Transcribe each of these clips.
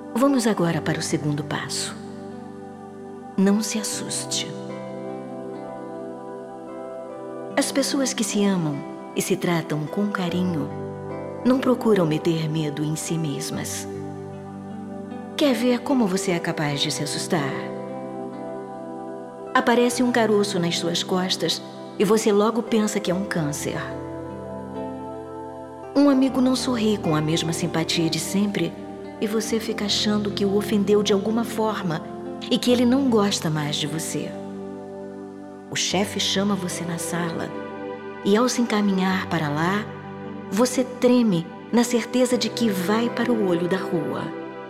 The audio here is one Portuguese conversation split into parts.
Vamos agora para o segundo passo. Não se assuste. As pessoas que se amam e se tratam com carinho não procuram meter medo em si mesmas. Quer ver como você é capaz de se assustar? Aparece um caroço nas suas costas e você logo pensa que é um câncer. Um amigo não sorri com a mesma simpatia de sempre e você fica achando que o ofendeu de alguma forma e que ele não gosta mais de você. O chefe chama você na sala e, ao se encaminhar para lá, você treme na certeza de que vai para o olho da rua.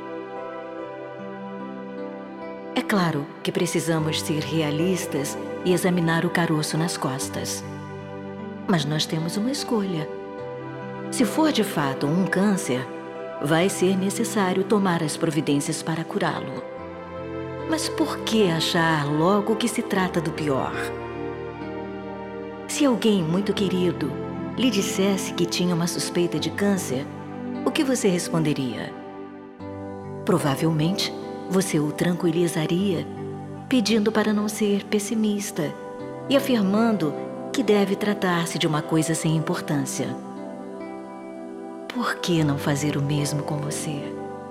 É claro que precisamos ser realistas e examinar o caroço nas costas. Mas nós temos uma escolha. Se for de fato um câncer, vai ser necessário tomar as providências para curá-lo. Mas por que achar logo que se trata do pior? Se alguém muito querido lhe dissesse que tinha uma suspeita de câncer, o que você responderia? Provavelmente, você o tranquilizaria, pedindo para não ser pessimista e afirmando que deve tratar-se de uma coisa sem importância. Por que não fazer o mesmo com você?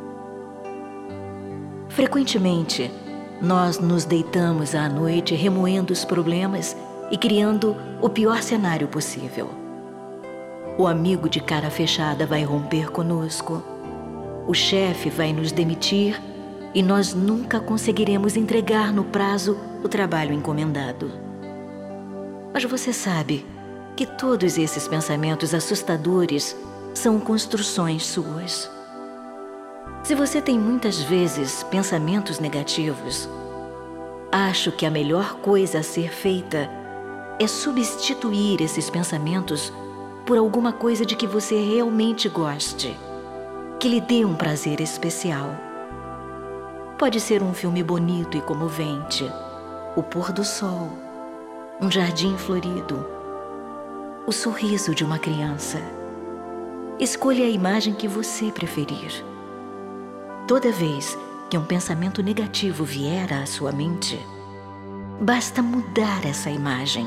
Frequentemente, nós nos deitamos à noite remoendo os problemas e criando o pior cenário possível. O amigo de cara fechada vai romper conosco, o chefe vai nos demitir e nós nunca conseguiremos entregar no prazo o trabalho encomendado. Mas você sabe que todos esses pensamentos assustadores são construções suas. Se você tem muitas vezes pensamentos negativos, acho que a melhor coisa a ser feita é substituir esses pensamentos por alguma coisa de que você realmente goste, que lhe dê um prazer especial. Pode ser um filme bonito e comovente, o pôr do sol, um jardim florido, o sorriso de uma criança. Escolha a imagem que você preferir. Toda vez que um pensamento negativo vier à sua mente, basta mudar essa imagem.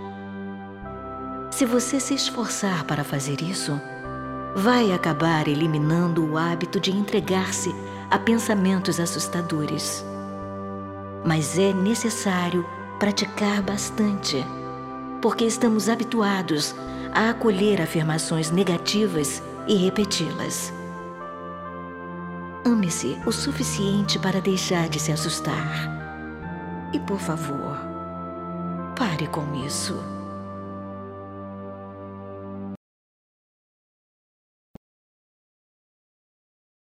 Se você se esforçar para fazer isso, vai acabar eliminando o hábito de entregar-se a pensamentos assustadores. Mas é necessário praticar bastante, porque estamos habituados a acolher afirmações negativas e repeti-las. Ame-se o suficiente para deixar de se assustar. E, por favor, pare com isso.